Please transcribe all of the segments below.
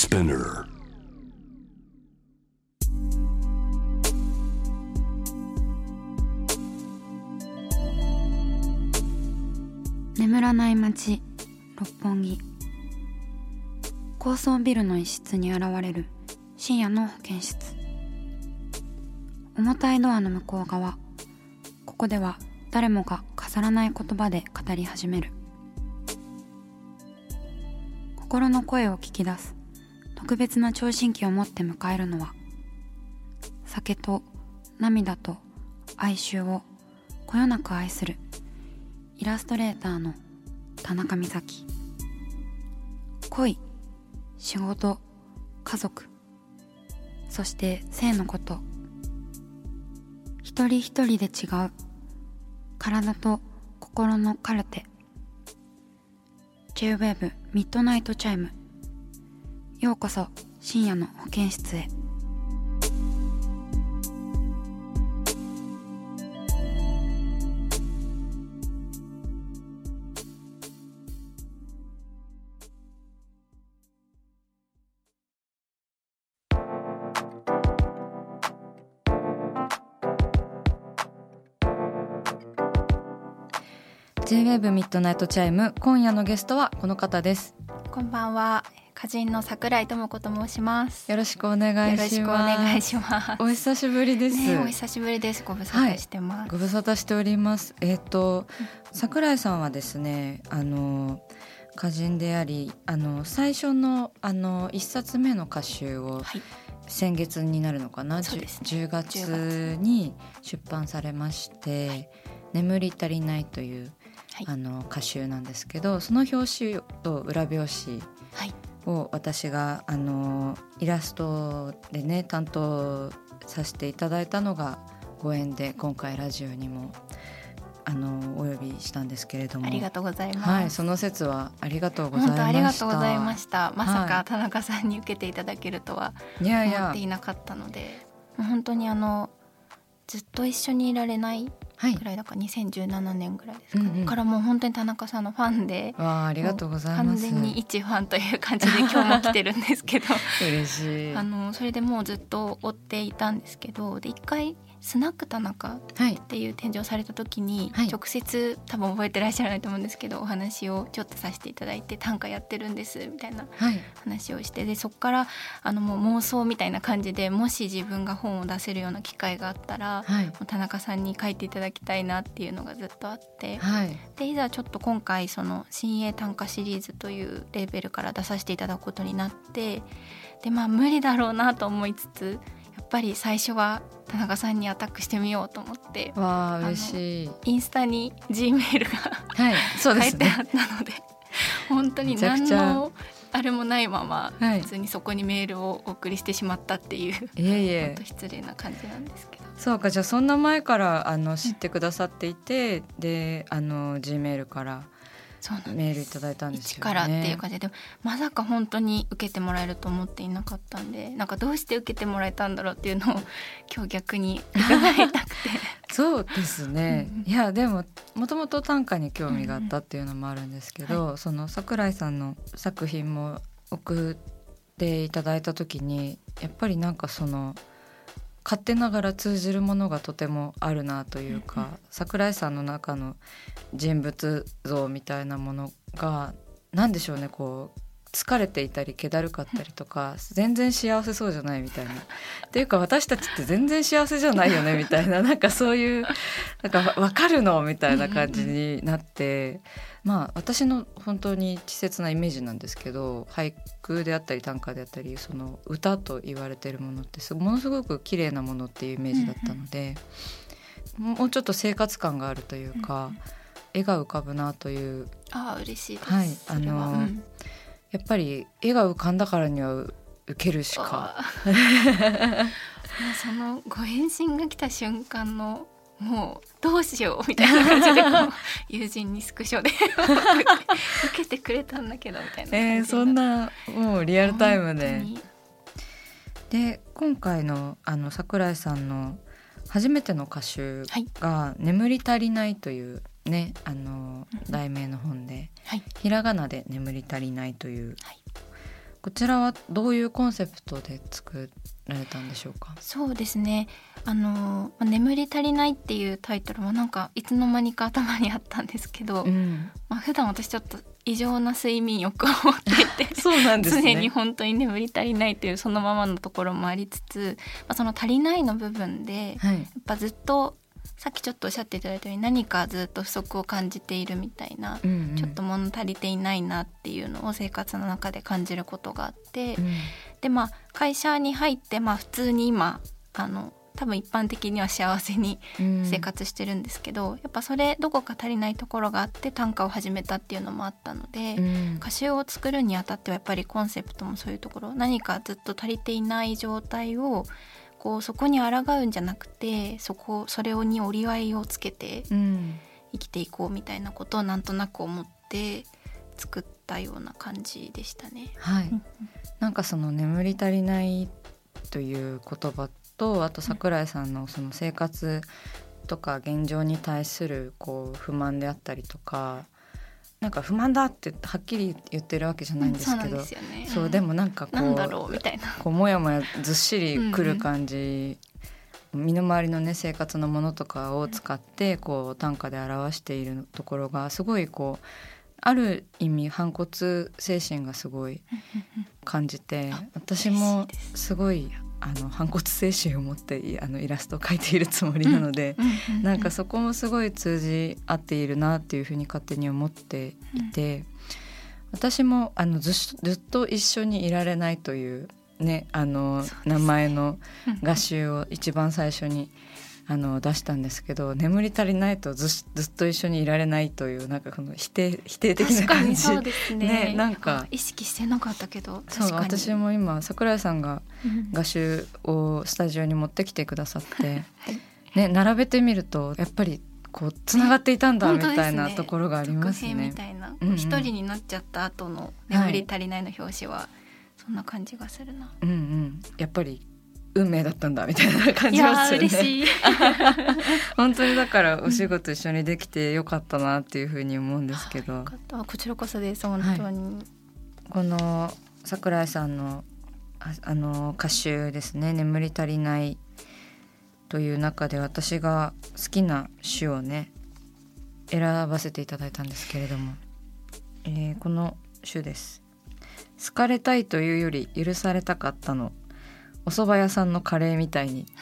Spinner. 眠らない街六本木。高層ビルの一室に現れる深夜の保健室。重たいドアの向こう側、ここでは誰もが飾らない言葉で語り始める。心の声を聞き出す特別な聴診器を持って迎えるのは、酒と涙と哀愁をこよなく愛するイラストレーターの田中美咲。恋、仕事、家族、そして性のこと、一人一人で違う体と心のカルテ。 J-WAVE ミッドナイトチャイム。ようこそ深夜の保健室へ。 J-WAVE ミッドナイトチャイム、今夜のゲストはこの方です。 こんばんは、歌人の桜井智子と申します。 よろしくお願いします。 よろしくお願いします。 お久しぶりです、 ね、お久しぶりです。ご無沙汰してます、 ご無沙汰しております。桜井さんはですね、歌人であり、最初の一冊目の歌集を、先月になるのかな、10月に出版されまして、眠り足りないという歌集なんですけど、その表紙と裏表紙を私がイラストでね担当させていただいたのがご縁で、今回ラジオにもお呼びしたんですけれども、 ありがとうございます、 その説はありがとうございました。 本当ありがとうございました。まさか田中さんに受けていただけるとは思っていなかったので、もう本当にずっと一緒にいられないぐらいだから、2017年ぐらいですかね、からもう本当に田中さんのファンで、 ありがとうございます。 完全に一ファンという感じで今日も来てるんですけど嬉しい。 それでもうずっと追っていたんですけど、で一回スナック田中っていう展示をされた時に、直接多分覚えてらっしゃらないと思うんですけど、お話をちょっとさせていただいて、短歌やってるんですみたいな話をして、でそこからもう妄想みたいな感じで、もし自分が本を出せるような機会があったら、もう田中さんに書いていただきたいなっていうのがずっとあって、でいざちょっと今回その新鋭短歌シリーズというレーベルから出させていただくことになって、で無理だろうなと思いつつ、やっぱり最初は田中さんにアタックしてみようと思って、 嬉しい。 インスタに G メールが、書いてあったので、本当に何のあれもないまま、普通にそこにメールをお送りしてしまったっていう、本当失礼な感じなんですけど。 そうか、じゃあそんな前から知ってくださっていて、でG メールからメールいただいたんですよね。 一からっていう感じで、まさか本当に受けてもらえると思っていなかったんで、なんかどうして受けてもらえたんだろうっていうのを今日逆に伺いたくてそうですね、いやでももともと短歌に興味があったっていうのもあるんですけど、その桜井さんの作品も送っていただいた時に、やっぱりなんかその勝手ながら通じるものがとてもあるなというか、桜井さんの中の人物像みたいなものが何でしょうね、こう疲れていたり気だるかったりとか、全然幸せそうじゃないみたいなっていうか、私たちって全然幸せじゃないよねみたいな、なんかそういうなんか分かるのみたいな感じになって、私の本当に稚拙なイメージなんですけど、俳句であったり短歌であったり、その歌と言われているものってものすごく綺麗なものっていうイメージだったので、もうちょっと生活感があるというか、絵が浮かぶなという。 嬉しいです、 やっぱり絵が浮かんだからには受けるしかそのご返信が来た瞬間の、もうどうしようみたいな感じで友人にスクショで受けてくれたんだけどみたいな感じそんなもうリアルタイムで今回の桜井さんの初めての歌集が眠り足りないというね、題名の本で、ひらがなで眠り足りないというこちらはどういうコンセプトで作られたんでしょうか？ そうですね、眠り足りないっていうタイトルもなんかいつの間にか頭にあったんですけど、普段私ちょっと異常な睡眠欲を持っていてそうなんですね、 常に本当に眠り足りないというそのままのところもありつつ、その足りないの部分で、やっぱずっとさっきちょっとおっしゃっていただいたように何かずっと不足を感じているみたいな、ちょっと物足りていないなっていうのを生活の中で感じることがあって、で会社に入って普通に今多分一般的には幸せに生活してるんですけど、やっぱそれどこか足りないところがあって短歌を始めたっていうのもあったので、歌集を作るにあたってはやっぱりコンセプトもそういうところ、何かずっと足りていない状態をそこに抗うんじゃなくて、それに折り合いをつけて生きていこうみたいなことをなんとなく思って作ったような感じでしたね。 なんかその眠り足りないという言葉と、あと桜井さんのその生活とか現状に対する不満であったりとか、なんか不満だってはっきり言ってるわけじゃないんですけど、そうでもなんかなんだろうみたいなもやもやずっしりくる感じ、身の回りのね生活のものとかを使って短歌で表しているところがすごいある意味反骨精神がすごい感じて、私もすごい反骨精神を持ってイラストを描いているつもりなので、なんかそこもすごい通じ合っているなっていうふうに勝手に思っていて、私もずっと一緒にいられないというね、名前の画集を一番最初に出したんですけど、眠り足りないとずっと一緒にいられないというなんか否定的な感じ。 そうですね、 なんか意識してなかったけど、 そう私も今桜井さんが画集をスタジオに持ってきてくださって、並べてみるとやっぱりつながっていたんだみたいなところがありますね。 続編みたいな、一人になっちゃった後の眠り足りないの表紙はそんな感じがするな。 やっぱり運命だったんだみたいな感じますよね。 いや嬉しい本当にだからお仕事一緒にできてよかったなっていうふうに思うんですけど、 こちらこそです本当に、 この桜井さんの歌集ですね、眠り足りないという中で私が好きな詩をね選ばせていただいたんですけれども、この詩です。好かれたいというより許されたかったの、お蕎麦屋さんのカレーみたいに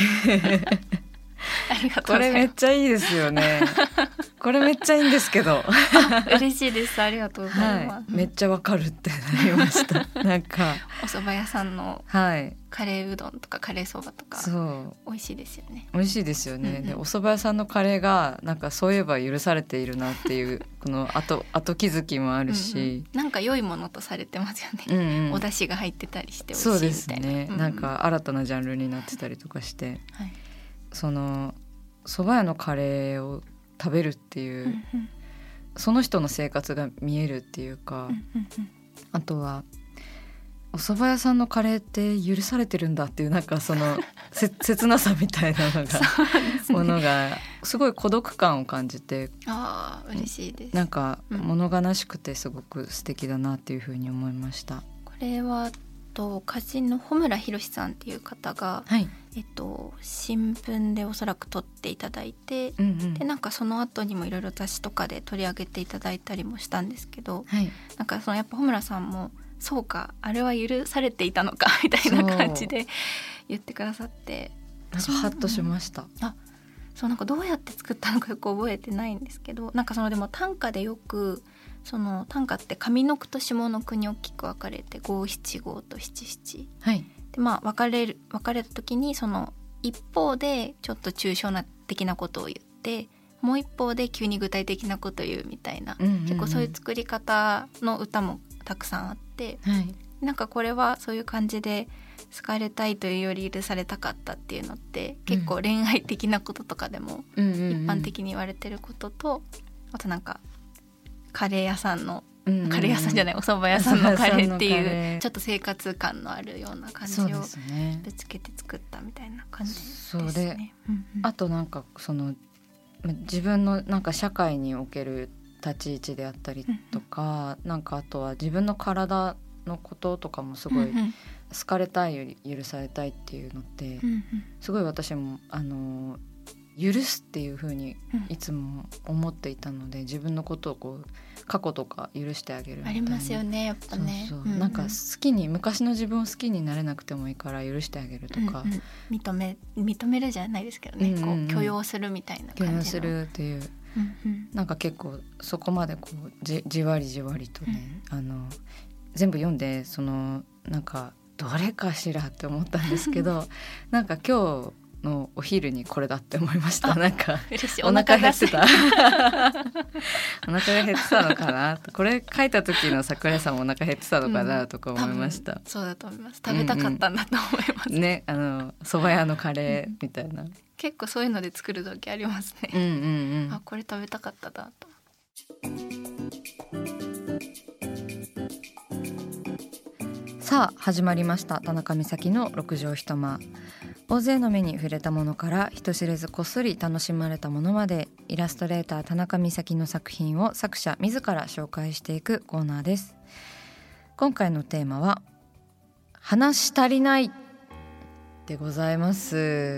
ありがとうございます。 これめっちゃいいですよねこれめっちゃいいんですけど嬉しいです、ありがとうございます、 めっちゃわかるってなりましたなんかお蕎麦屋さんのカレーうどんとかカレーそばとか美味しいですよね。 美味しいですよね、でお蕎麦屋さんのカレーがなんかそういえば許されているなっていうこの後気づきもあるし、 なんか良いものとされてますよね、お出汁が入ってたりして美味しいみたいな。 そうですね、なんか新たなジャンルになってたりとかして、その蕎麦屋のカレーを食べるっていう、その人の生活が見えるっていうか、あとはお蕎麦屋さんのカレーって許されてるんだっていうなんかその切なさみたいなのがものがすごい孤独感を感じて、 嬉しいです。 なんか物悲しくてすごく素敵だなっていうふうに思いました。 これは歌人の穂村弘さんっていう方が、新聞でおそらく撮っていただいて、でなんかその後にもいろいろ雑誌とかで取り上げていただいたりもしたんですけど、なんかやっぱ穂村さんもそうかあれは許されていたのかみたいな感じで言ってくださって、 なんかハッとしました。 そうなんかどうやって作ったのかよく覚えてないんですけど、なんかでも短歌でよく短歌って上の句と下の句に大きく分かれて五七五と七七、で分かれた時に一方でちょっと抽象的なことを言って、もう一方で急に具体的なことを言うみたいな、結構そういう作り方の歌もたくさんあって、なんかこれはそういう感じで好かれたいというより許されたかったっていうのって結構恋愛的なこととかでも一般的に言われてることと、あとなんかカレー屋さんのカレー屋さんじゃないお蕎麦屋さんのカレーっていうちょっと生活感のあるような感じをぶつけて作ったみたいな感じですね。 そうで、あとなんか自分のなんか社会における立ち位置であったりとか、なんかあとは自分の体のこととかもすごい、好かれたいより許されたいっていうのって、すごい私も許すっていう風にいつも思っていたので、自分のことをこう過去とか許してあげるみたいな。 ありますよね、やっぱね。 そうそう、なんか好きに、昔の自分を好きになれなくてもいいから許してあげるとか、 認めるじゃないですけどね、こう許容するみたいな感じの。 許容するっていう、なんか結構そこまでこうじわりじわりとね、全部読んで、なんかどれかしらって思ったんですけどなんか今日のお昼にこれだって思いました。なんかお腹減ってたお腹が減ってたのかなこれ書いた時の桜井さんもお腹減ってたのかなとか思いました。 そうだと思います。食べたかったんだと思います、 ね、蕎麦屋のカレーみたいな、 結構そういうので作る時ありますね。あ、これ食べたかっただと。 さあ始まりました、田中美咲の六畳一間。大勢の目に触れたものから人知れずこっそり楽しまれたものまで、イラストレーター田中美咲の作品を作者自ら紹介していくコーナーです。今回のテーマは話し足りないでございます。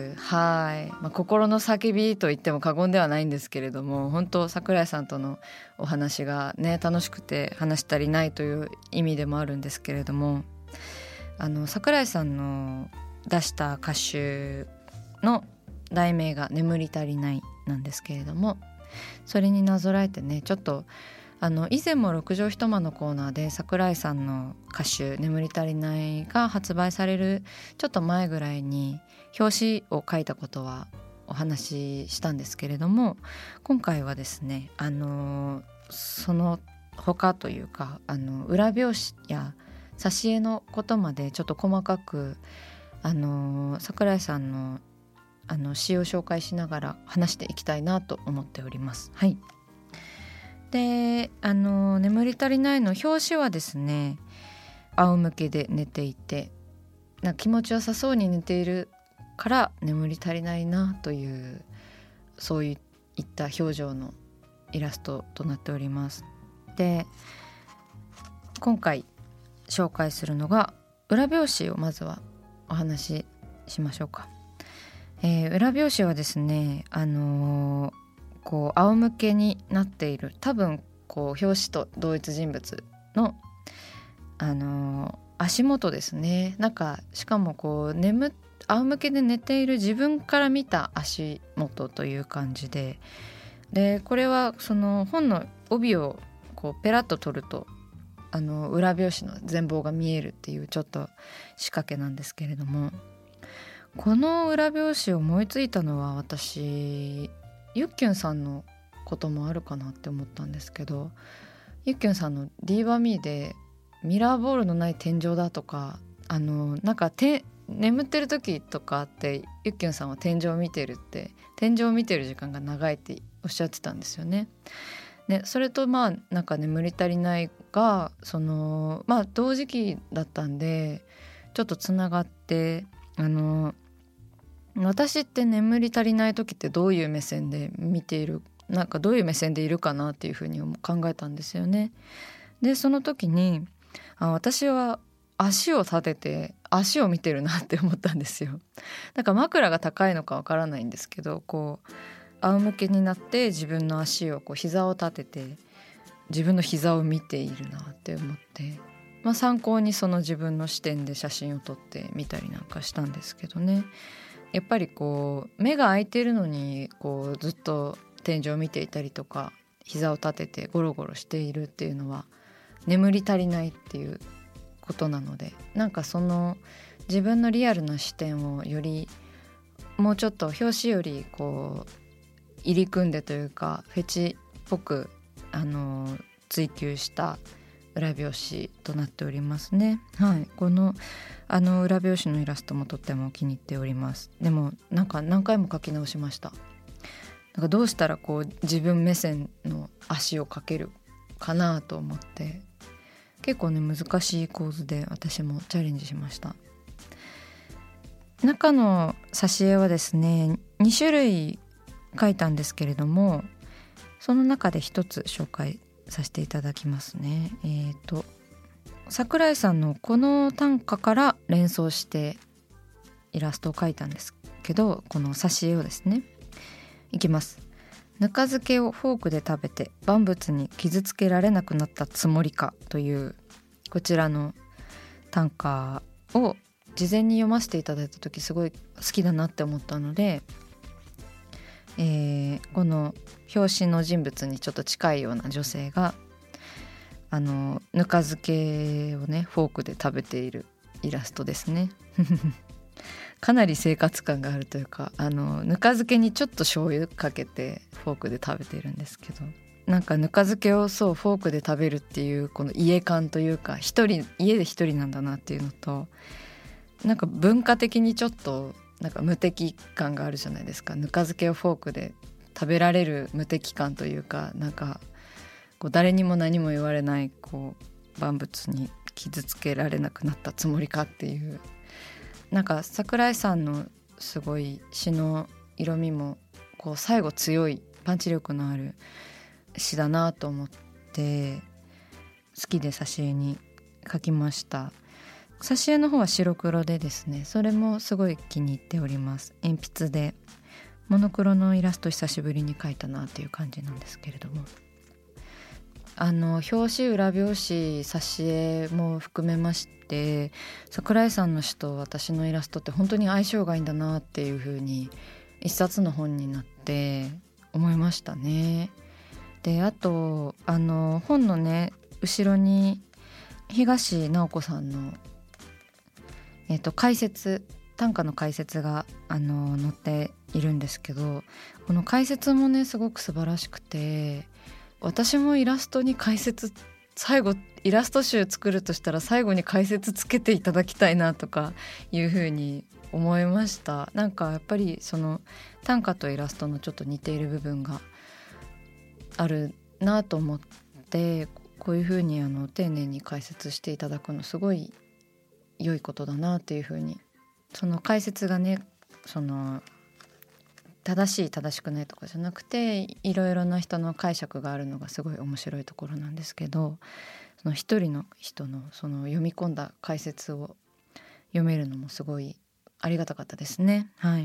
はい、心の叫びと言っても過言ではないんですけれども、本当桜井さんとのお話がね楽しくて話し足りないという意味でもあるんですけれども、桜井さんの出した歌集の題名が眠り足りないなんですけれども、それになぞらえてね、ちょっと以前も六畳一間のコーナーで桜井さんの歌集眠り足りないが発売されるちょっと前ぐらいに表紙を書いたことはお話ししたんですけれども、今回はですねその他というか裏表紙や挿絵のことまでちょっと細かく桜井さんの詩を紹介しながら話していきたいなと思っております。はい。で眠り足りないの表紙はですね、仰向けで寝ていて、気持ちよさそうに寝ているから眠り足りないなという、そういった表情のイラストとなっております。で今回紹介するのが裏表紙をまずはお話ししましょうか。裏表紙はですねこう仰向けになっている、多分こう表紙と同一人物の足元ですね。なんかしかもこう仰向けで寝ている自分から見た足元という感じで、これはその本の帯をこうペラッと取ると裏表紙の全貌が見えるっていうちょっと仕掛けなんですけれども、この裏表紙を思いついたのは私ゆっきゅんさんのこともあるかなって思ったんですけど、ゆっきゅんさんの DIVA-ME でミラーボールのない天井だとか、なんか眠ってる時とかってゆっきゅんさんは天井を見てる時間が長いっておっしゃってたんですよね。でそれとなんか眠り足りないが同時期だったんでちょっとつながって、私って眠り足りない時ってどういう目線で見ている、なんかどういう目線でいるかなっていうふうに考えたんですよね。でその時に私は足を立てて足を見てるなって思ったんですよ。なんか枕が高いのかわからないんですけど、こう仰向けになって自分の足をこう膝を立てて自分の膝を見ているなって思って、参考にその自分の視点で写真を撮ってみたりなんかしたんですけどね。やっぱりこう目が開いてるのにこうずっと天井を見ていたりとか膝を立ててゴロゴロしているっていうのは眠り足りないっていうことなので、なんかその自分のリアルな視点をよりもうちょっと表紙よりこう入り組んでというかフェチっぽく追求した裏表紙となっておりますね。はい、この裏表紙のイラストもとっても気に入っております。でもなんか何回も描き直しました。なんかどうしたらこう自分目線の足を描けるかなと思って、結構ね難しい構図で私もチャレンジしました。中の挿絵はですね2種類描いたんですけれども、その中で一つ紹介させていただきますね。 桜井さんのこの短歌から連想してイラストを描いたんですけど、この挿絵をですね、いきます。ぬか漬けをフォークで食べて万物に傷つけられなくなったつもりかというこちらの短歌を事前に読ませていただいた時すごい好きだなって思ったので、この表紙の人物にちょっと近いような女性がぬか漬けをねフォークで食べているイラストですねかなり生活感があるというか、ぬか漬けにちょっと醤油かけてフォークで食べてるんですけど、なんかぬか漬けをそうフォークで食べるっていうこの家感というか、家で一人なんだなっていうのと、なんか文化的にちょっとなんか無敵感があるじゃないですか。ぬか漬けをフォークで食べられる無敵感というか、なんかこう誰にも何も言われないこう万物に傷つけられなくなったつもりかっていう、なんか桜井さんのすごい詩の色味もこう最後強いパンチ力のある詩だなと思って好きで挿絵に描きました。挿絵の方は白黒でですね、それもすごい気に入っております。鉛筆でモノクロのイラスト久しぶりに描いたなっていう感じなんですけれども、表紙裏表紙挿絵も含めまして桜井さんの詩と私のイラストって本当に相性がいいんだなっていう風に一冊の本になって思いましたね。であと本のね後ろに東直子さんの解説、短歌の解説が載っているんですけど、この解説もねすごく素晴らしくて、私もイラストに解説、最後イラスト集作るとしたら最後に解説つけていただきたいなとかいうふうに思いました。なんかやっぱりその短歌とイラストのちょっと似ている部分があるなと思って、こういうふうに丁寧に解説していただくのすごい良いことだなっていうふうに、その解説がねその正しい正しくないとかじゃなくていろいろな人の解釈があるのがすごい面白いところなんですけど、その一人の人のその読み込んだ解説を読めるのもすごいありがたかったですね。はい。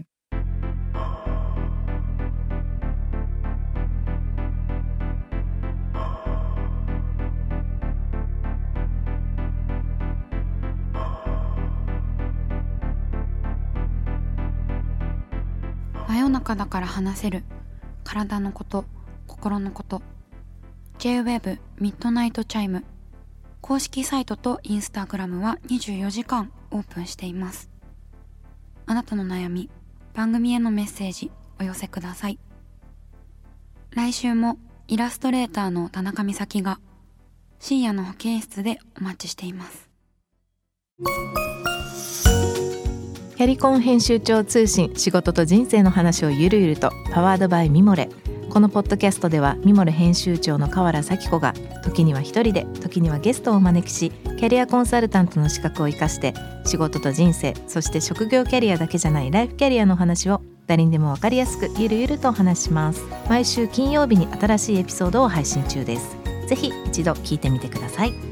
真夜中だから話せる体のこと、心のこと。 J-WEB ミッドナイトチャイム公式サイトとインスタグラムは24時間オープンしています。あなたの悩み、番組へのメッセージお寄せください。来週もイラストレーターの田中美咲が深夜の保健室でお待ちしています。 キャリコン編集長通信、仕事と人生の話をゆるゆると、パワードバイミモレ。このポッドキャストではミモレ編集長の河原咲子が時には一人で時にはゲストをお招きし、キャリアコンサルタントの資格を生かして仕事と人生、そして職業キャリアだけじゃないライフキャリアの話を誰にでも分かりやすくゆるゆるとお話します。毎週金曜日に新しいエピソードを配信中です。ぜひ一度聞いてみてください。